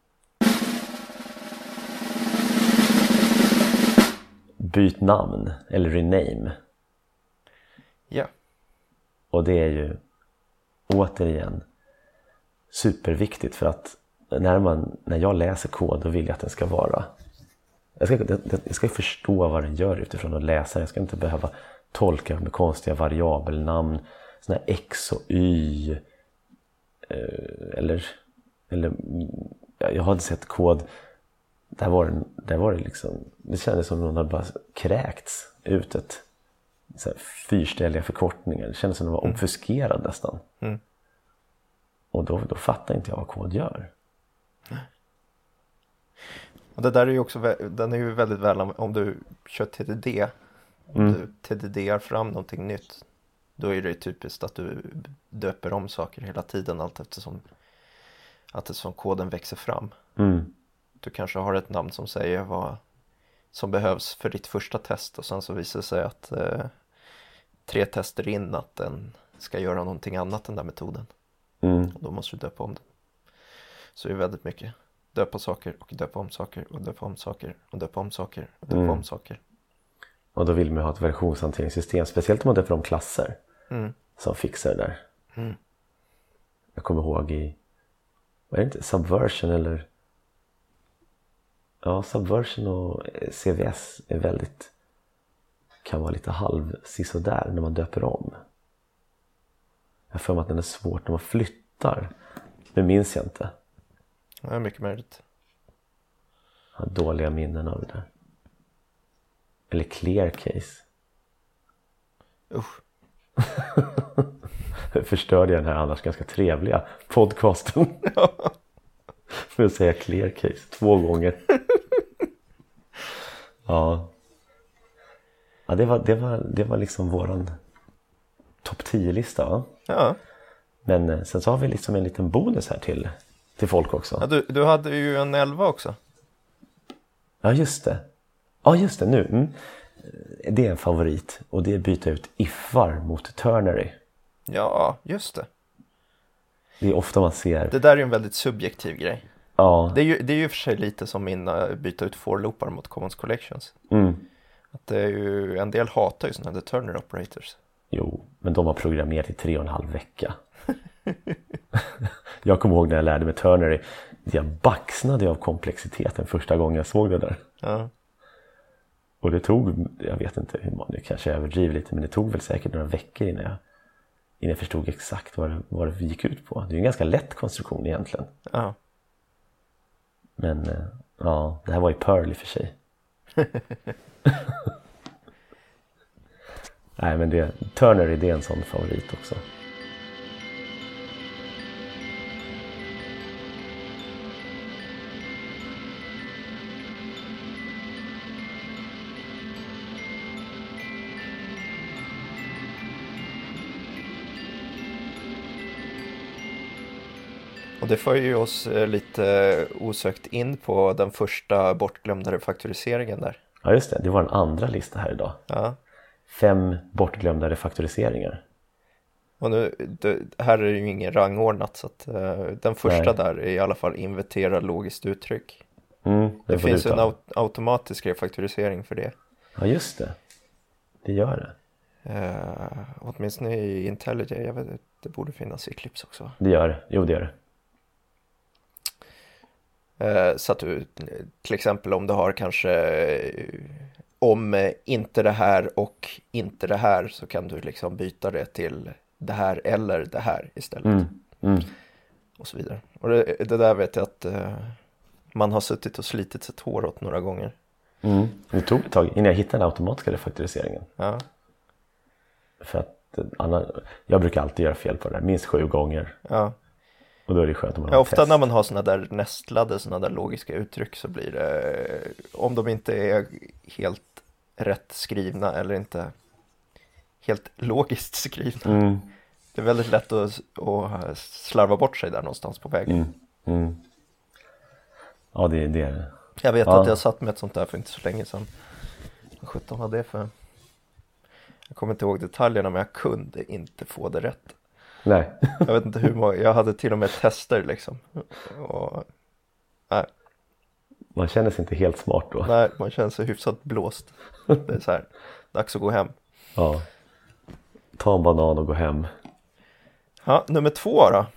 Byt namn eller rename. Ja. Och det är ju återigen superviktigt, för att när jag läser kod då vill jag att den ska vara... Jag ska förstå vad den gör utifrån att läsa. Jag ska inte behöva tolka med konstiga variabelnamn, såna här x och y eller jag hade sett kod där var det liksom, det kändes som någon hade bara kräkts ut ett så här fyrställiga förkortningar. Det kändes som att den var obfuskerad nästan. Och då fattar inte jag vad kod gör. Och det där är ju också, den är ju väldigt väl om du kör TDD. Om du TDDar fram någonting nytt, då är det typiskt att du döper om saker hela tiden allt eftersom att det som koden växer fram. Du kanske har ett namn som säger vad som behövs för ditt första test och sen så visar det sig att 3 tester in att den ska göra någonting annat, den där metoden. Och då måste du döpa om den. Så det är väldigt mycket. Döpa saker och döpa om saker och döpa om saker och döpa om saker och döpa om saker. Och då vill man ha ett versionshanteringssystem, speciellt om man döper om klasser som fixar det där. Jag kommer ihåg vad är det inte? Subversion eller... Ja, Subversion och CVS är kan vara lite halvsisådär när man döper om. Jag får mig att den är svårt när man flyttar. Det minns jag inte. Det är mycket möjligt. Jag har dåliga minnen av det där. Eller Clear Case. Usch. Förstörde jag den här annars ganska trevliga podcasten. För att säga Clear Case 2 gånger. Ja. Ja, det var liksom våran topp 10-lista, va? Ja. Men sen så har vi liksom en liten bonus här till folk också. Ja, du hade ju en 11 också. Ja, just det. Ja, just det, nu. Det är en favorit. Och det är byta ut ifar mot ternary. Ja, just det. Det är ofta man ser... Det där är en väldigt subjektiv grej. Ja. Det är ju för sig lite som mina byta ut for-loopar mot commons collections. Att det är ju, en del hatar ju sådana här ternary operators. Jo, men de har programmerat i 3,5 vecka. Jag kommer ihåg när jag lärde mig ternary. Jag baxnade av komplexiteten första gången jag såg det där. Ja. Och det tog, jag vet inte hur många, kanske jag överdriver lite, men det tog väl säkert några veckor innan jag förstod exakt vad det gick ut på. Det är ju en ganska lätt konstruktion egentligen. Ja. Men ja, det här var ju Perl i och för sig. Nej, men ternary, det är en sån favorit också. Och det för ju oss lite osökt in på den första bortglömda refaktoriseringen där. Ja, just det. Det var en andra lista här idag. Ja. 5 bortglömda refaktoriseringar. Och nu, här är det ju ingen rangordnat, så att den första där är i alla fall inverterad logiskt uttryck. Det finns en automatisk refaktorisering för det. Ja, just det. Det gör det. Åtminstone i IntelliJ. Jag vet, det borde finnas i Eclipse också. Det gör det. Jo, det gör det. Så att du, till exempel om du har kanske om inte det här och inte det här, så kan du liksom byta det till det här eller det här istället. Och så vidare. Och det där vet jag att man har suttit och slitit sitt hår åt några gånger. Det tog ett tag innan jag hittade den automatiska refaktoriseringen. Ja. För att jag brukar alltid göra fel på det där, minst 7 gånger. Ja. Och då är det skönt om man har ofta test. När man har såna där nästlade, såna där logiska uttryck, så blir det, om de inte är helt rätt skrivna eller inte helt logiskt skrivna, det är väldigt lätt att slarva bort sig där någonstans på vägen. Ja, det är det. Jag vet att jag satt med ett sånt där för inte så länge sedan. Vad 17 var det för? Jag kommer inte ihåg detaljerna, men jag kunde inte få det rätt. Nej. Jag vet inte hur många, jag hade till och med tester liksom. Och, nej. Man känner sig inte helt smart då. Nej, man känner sig hyfsat blåst. Det är så här, dags att gå hem. Ja. Ta en banan och gå hem. Ja, nummer 2 då?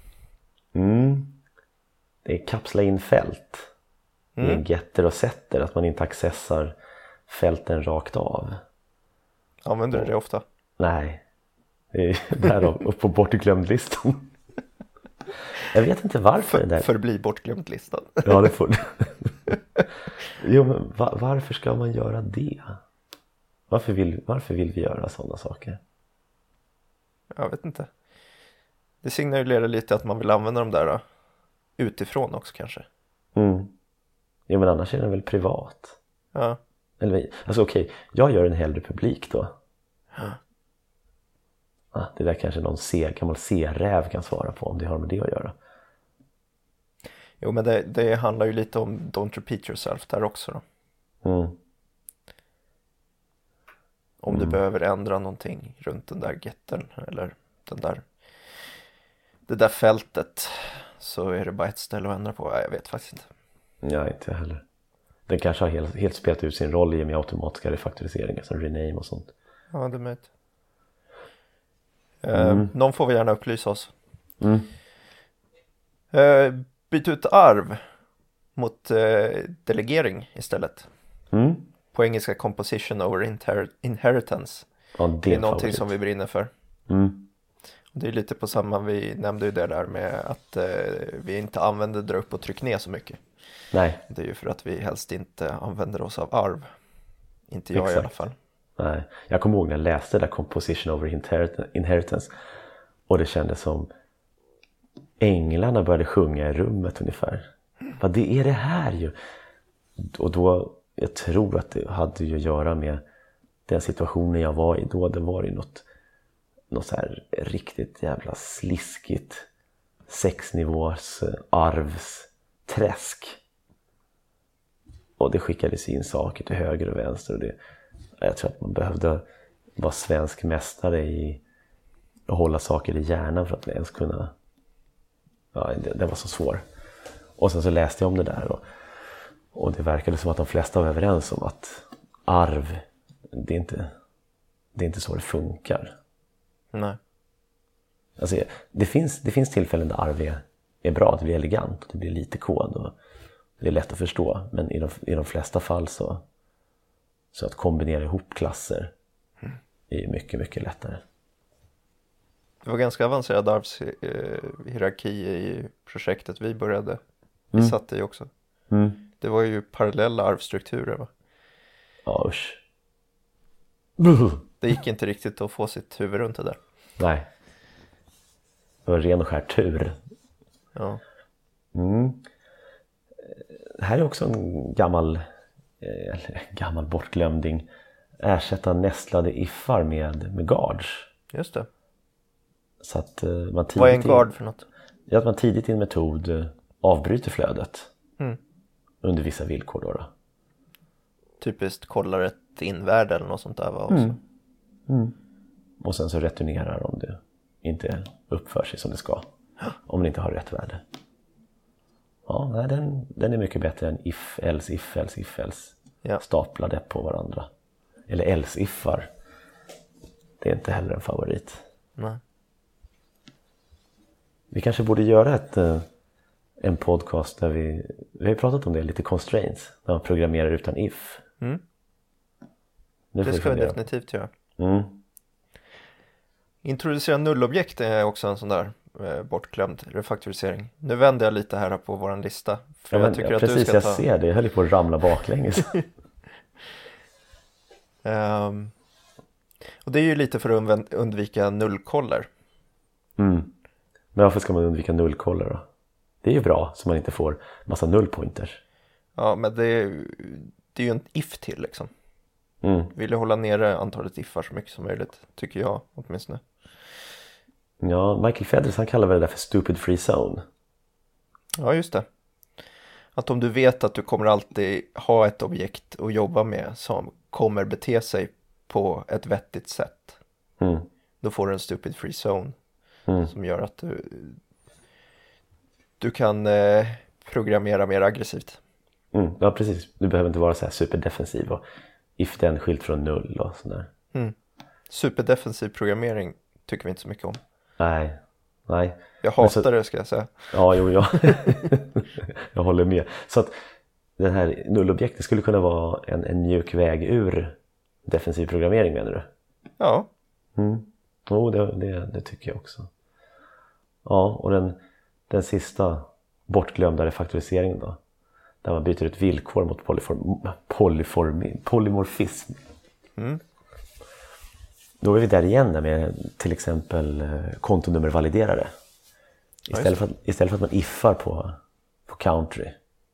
Det är kapsla in fält. Det är getter och setter, att man inte accessar fälten rakt av. Använder du det ofta? Nej. Det är där upp på bortglömd-listan. Jag vet inte varför det där. Förbli bortglömd-listan. Ja, det får. Jo, men varför ska man göra det? Varför vill vi göra sådana saker? Jag vet inte. Det signalerar lite att man vill använda dem där då, utifrån också kanske. Ja, men annars är den väl privat. Ja. Eller, alltså okej, jag gör en hellre publik då. Det där kanske någon gammal C-räv kan svara på, om det har med det att göra. Jo, men det handlar ju lite om don't repeat yourself där också då. Om du behöver ändra någonting runt den där gettern eller det där fältet, så är det bara ett ställe att ändra på. Jag vet faktiskt inte. Ja, inte heller. Den kanske har helt spelat ut sin roll i med automatiska refaktoriseringar som rename och sånt. Ja, det är möjligt. Någon får vi gärna upplysa oss. Byt ut arv mot delegering istället. På engelska composition over inheritance. Ja, det är någonting som vi brinner för. Det är lite på samma, vi nämnde ju det där med att vi inte använder dra upp och tryck ner så mycket. Nej. Det är ju för att vi helst inte använder oss av arv. Inte jag. Exakt. I alla fall. Nej. Jag kommer ihåg när jag läste det där composition over inheritance och det kändes som änglarna började sjunga i rummet ungefär. Vad det är det här ju? Och då, jag tror att det hade ju att göra med den situationen jag var i då. Det var ju något så här riktigt jävla sliskigt 6-nivås arvsträsk. Och det skickades in saker till höger och vänster. Och jag tror att man behövde vara svensk mästare i att hålla saker i hjärnan för att ens kunna... Ja, det var så svår. Och sen så läste jag om det där. Och det verkade som att de flesta var överens om att arv, det är inte så det funkar. Nej. Alltså, det finns tillfällen där arv är bra, det blir elegant, det blir lite kod och det är lätt att förstå. Men i de flesta fall så att kombinera ihop klasser är mycket, mycket lättare. Det var ganska avancerad arvshierarki i projektet vi började. Vi satt i också. Det var ju parallella arvstrukturer, va? Ja, usch. Det gick inte riktigt att få sitt huvud runt det där. Nej. Det var ren och skär tur. Ja. Det här är också en gammal bortglömding. Ersätta nästlade iffar med guards. Just det. Så att man tidigt vad är en guard för något? Att man tidigt i en metod avbryter flödet. Under vissa villkor då. Typiskt kollar ett invärde eller något sånt där, va? Också. Och sen så returnerar om det inte uppför sig som det ska. Om det inte har rätt värde. Ja, nej, den är mycket bättre än if, else. Ja. Staplade på varandra. Eller else-iffar. Det är inte heller en favorit. Nej. Vi kanske borde göra en podcast där vi har pratat om det, lite constraints. När man programmerar utan if. Det ska vi definitivt göra. Introducera nullobjekt är också en sån där bortglömd refaktorisering. Nu vänder jag lite här på våran lista. För jag tycker att precis, du ska jag ser det. Jag höll på att ramla baklänges. Och det är ju lite för att undvika nullkoller. Men varför ska man undvika nullkoller då? Det är ju bra så man inte får massa nullpointers. Ja, men det är ju en if till liksom. Vill jag hålla nere antalet iffar så mycket som möjligt, tycker jag åtminstone. Ja, Michael Fedres han kallar väl det där för stupid free zone. Ja, just det. Att om du vet att du kommer alltid ha ett objekt att jobba med som kommer bete sig på ett vettigt sätt. Då får du en stupid free zone som gör att du kan programmera mer aggressivt. Ja, precis. Du behöver inte vara så här superdefensiv och if den skilt från null och sådär. Superdefensiv programmering tycker vi inte så mycket om. Nej. Jag hatar det, ska jag säga. Ja, jag håller med. Så att den här nullobjektet skulle kunna vara en mjuk väg ur defensiv programmering, menar du? Ja. Det tycker jag också. Ja, och den sista bortglömda refaktoriseringen då. Där man byter ut villkor mot polymorfism. Då är vi där igen med till exempel kontonummervaliderare. Istället för att man iffar på country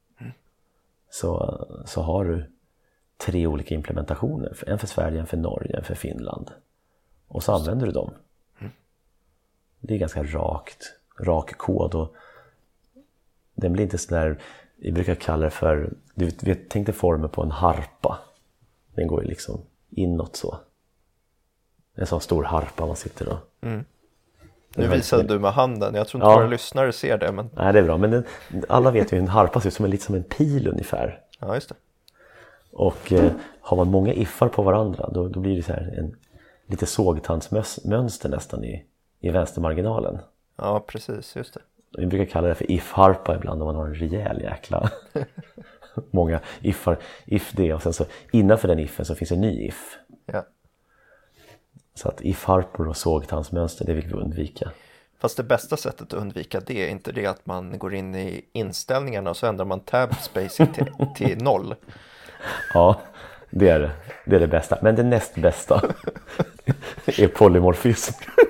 så har du 3 olika implementationer. En för Sverige, en för Norge, en för Finland. Och så använder du dem. Det är ganska rak kod och den blir inte sådär, vi brukar kalla det för, du vet, tänk dig formen på en harpa. Den går ju liksom inåt så. En sån stor harpa man sitter och... Nu visade du med handen, jag tror inte våra lyssnare ser det. Men... Nej, det är bra, men alla vet ju en harpa ser ut som lite som en pil ungefär. Ja, just det. Och har man många iffar på varandra, då blir det så här en lite sågtandsmönster nästan i vänstermarginalen. Ja, precis, just det. Vi brukar kalla det för if-harpa ibland om man har en rejäl jäkla många iffar. If det, och sen så innanför den iffen så finns en ny if. Ja. Så att if-harpor och sågtandsmönster, det vill vi undvika. Fast det bästa sättet att undvika det är inte det att man går in i inställningarna och så ändrar man tab spacing till 0. Ja, det är det. Det är det bästa. Men det näst bästa är polymorfism.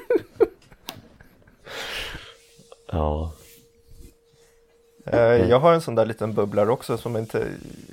Ja. Jag har en sån där liten bubblare också som inte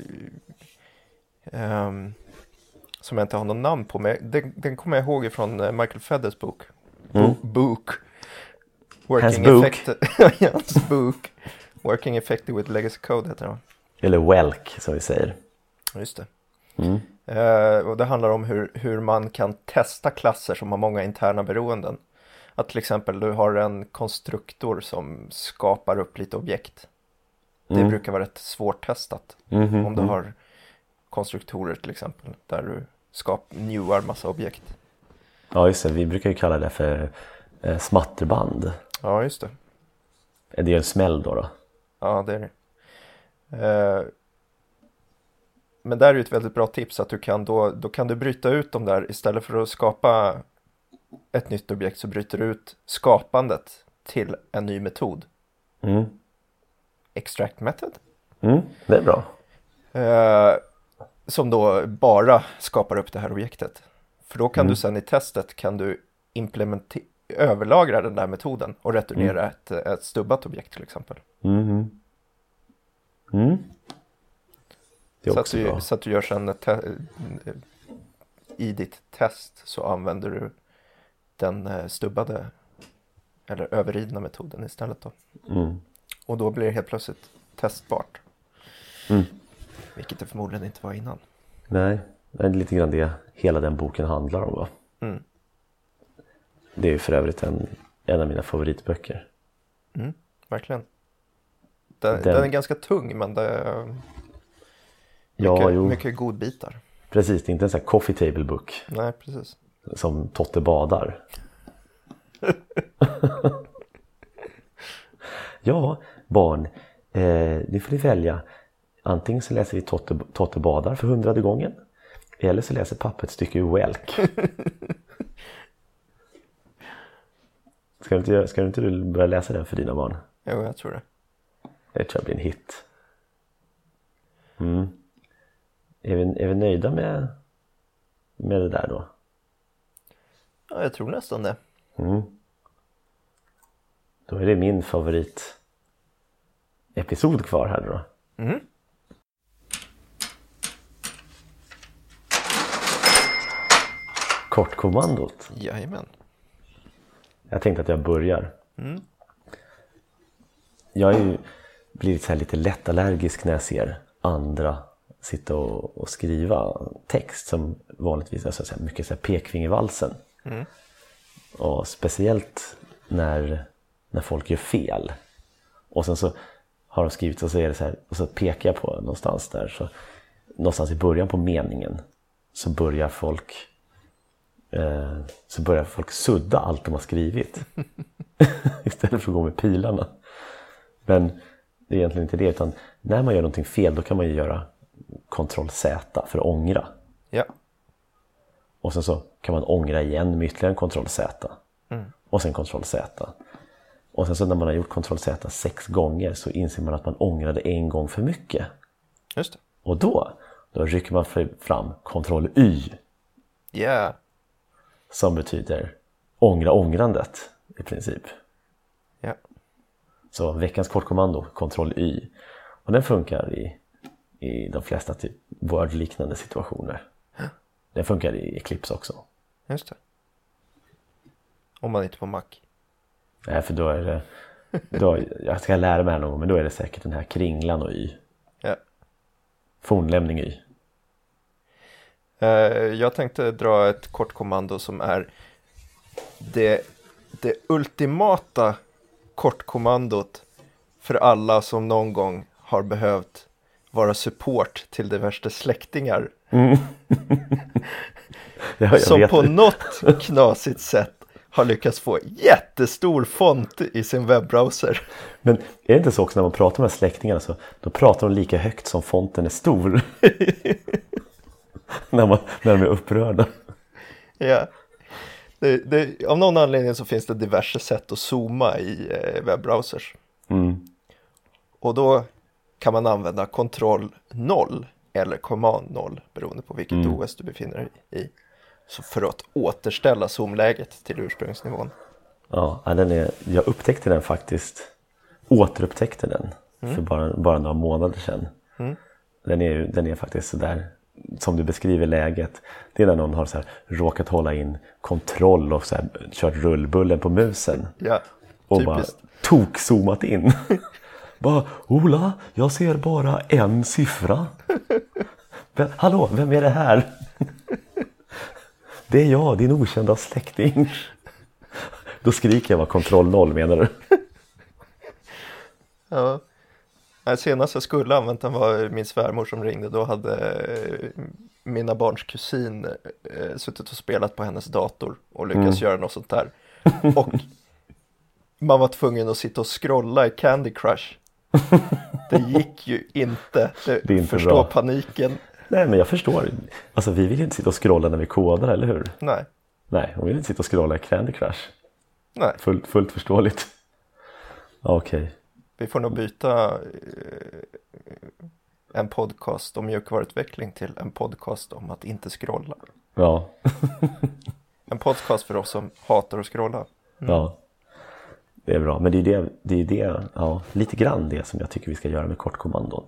som jag inte har någon namn på, men den kommer jag ihåg från Michael Fedders bok. Book. Working Hans bok. Working Effective with Legacy Code heter det. Eller WELC som vi säger. Just det. Och det handlar om hur man kan testa klasser som har många interna beroenden. Att till exempel du har en konstruktor som skapar upp lite objekt. Det brukar vara rätt svårtestat. Om du har konstruktorer till exempel där du newar massa objekt. Ja, just det. Vi brukar ju kalla det för smatterband. Ja, just det. Är det en smäll då? Ja, det är det. Men där är ju ett väldigt bra tips att du kan då kan du bryta ut dem där istället för att skapa ett nytt objekt, så bryter du ut skapandet till en ny metod. Extract method. Det är bra. Som då bara skapar upp det här objektet. För då kan du sen i testet kan du överlagra den där metoden och returnera ett stubbat objekt till exempel. Det är också bra. Så att du gör sen i ditt test så använder du den stubbade eller överridna metoden istället då. Och då blir det helt plötsligt testbart. Vilket det förmodligen inte var innan. Nej, det är lite grann det hela den boken handlar om, va? Det är ju för övrigt en av mina favoritböcker. Verkligen. Den är ganska tung, men det är mycket godbitar. Precis, det är inte en sån här coffee table book. Nej, precis. Som Totte badar. Ja, barn, nu får ni välja. Antingen så läser vi Totte badar för 100:e gången, eller så läser pappa ett stycke ur WELC. Ska du inte börja läsa den för dina barn? Jo, jag tror det. Det tror jag blir en hit. Är vi nöjda med det där då? Ja, jag tror nästan det. Då är det min favorit episod kvar här då. Kortkommandot. Jajamän. Jag tänkte att jag börjar. Jag är ju blivit så här lite lättallergisk när jag ser andra sitta och skriva text som vanligtvis är så här mycket så här pekfingervalsen. Och speciellt när folk gör fel. Och sen så har de skrivit och så är det så här, och så pekar jag på någonstans där, så någonstans i början på meningen så börjar folk sudda allt de har skrivit istället för att gå med pilarna. Men det är egentligen inte det, utan när man gör någonting fel då kan man ju göra Ctrl-Z för att ångra. Ja. Och sen så kan man ångra igen med ytterligare en Ctrl-Z. Och sen Ctrl-Z. Och sen så när man har gjort Ctrl-Z 6 gånger så inser man att man ångrade en gång för mycket. Just det. Och då rycker man fram Ctrl-Y. Yeah. Som betyder ångrandet i princip. Ja. Så veckans kortkommando, Ctrl-Y. Och den funkar i de flesta typ Word-liknande situationer. Den funkar i Eclipse också. Just det. Om man inte på Mac. Nej, för då är det Då, jag ska lära mig här någon gång, men då är det säkert den här kringlan och y. Ja. Fornlämning y. Jag tänkte dra ett kort kommando som är det ultimata kortkommandot för alla som någon gång har behövt vara support till diverse släktingar. Som på något knasigt sätt har lyckats få jättestor font i sin webbrowser. Men är det inte så också när man pratar med släktingarna, så då pratar de lika högt som fonten är stor? när de är upprörda. Ja. Av någon anledning så finns det diverse sätt att zooma i webbrowsers. Och då kan man använda Ctrl 0 eller Command 0 beroende på vilket OS du befinner dig i. Så för att återställa zoomläget till ursprungsnivån. Ja, jag upptäckte den faktiskt. Återupptäckte den för bara några månader sedan. Den är faktiskt så där som du beskriver läget. Det är när någon har så här råkat hålla in kontroll och så här kört rullbullen på musen. Ja, och typiskt. bara tok-zoomat in. Bara, Ola, jag ser bara en siffra. Hallå, vem är det här? Det är jag, din okända släkting. Då skriker jag vad Ctrl 0 menar du? Ja. Senast jag skulle använt den var min svärmor som ringde. Då hade mina barns kusin suttit och spelat på hennes dator och lyckats göra något sånt där. Och man var tvungen att sitta och scrolla i Candy Crush. Det gick ju inte. Det är inte förstå bra. Paniken. Nej, men jag förstår. Alltså vi vill inte sitta och scrolla när vi kodar, eller hur? Nej. Nej, hon vill inte sitta och scrolla i Candy Crush. Nej. Fullt förståeligt. Okej. Vi får nog byta en podcast om mjukvaruutveckling till en podcast om att inte scrolla. Ja. En podcast för oss som hatar att scrolla. Ja. Det är bra. Men det är det, ja, lite grann det som jag tycker vi ska göra med kortkommandon.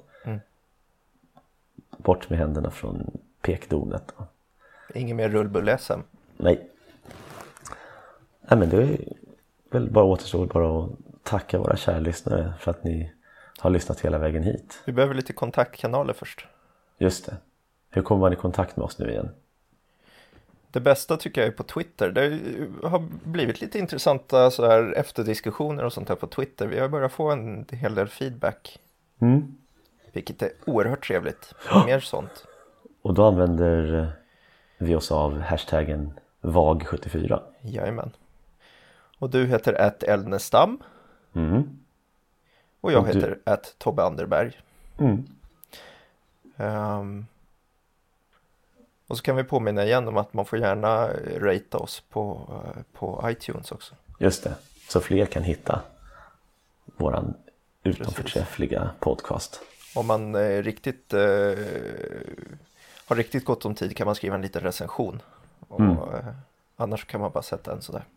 Bort med händerna från pekdonet. Ingen mer rullbull-SM. Nej. Nej, men det är väl bara återstår bara att tacka våra kära lyssnare för att ni har lyssnat hela vägen hit. Vi behöver lite kontaktkanaler först. Just det. Hur kommer man i kontakt med oss nu igen? Det bästa tycker jag är på Twitter. Det har blivit lite intressanta så här efterdiskussioner och sånt här på Twitter. Vi har börjat få en hel del feedback. Vilket är oerhört trevligt. Mer sånt. Och då använder vi oss av hashtaggen VAG74. Jajamän. Och du heter @Elnestam. Och jag heter @Tobbe Anderberg. Och så kan vi påminna igen om att man får gärna ratea oss på iTunes också. Just det, så fler kan hitta våran utomförträffliga podcast. Om man har riktigt gott om tid kan man skriva en liten recension. Och annars kan man bara sätta en sådär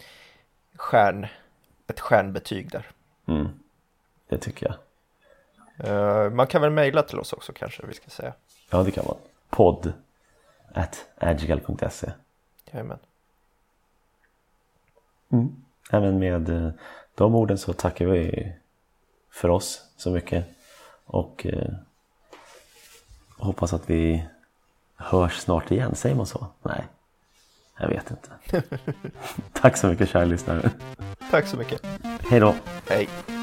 ett stjärnbetyg där. Det tycker jag. Man kan väl mejla till oss också kanske vi ska säga. Ja, det kan man. podd@agile.se. Jajamän. Även med de orden så tackar vi för oss så mycket. Och hoppas att vi hörs snart igen. Säger man så? Nej, jag vet inte. Tack så mycket kära lyssnare. Tack så mycket. Hej då. Hej.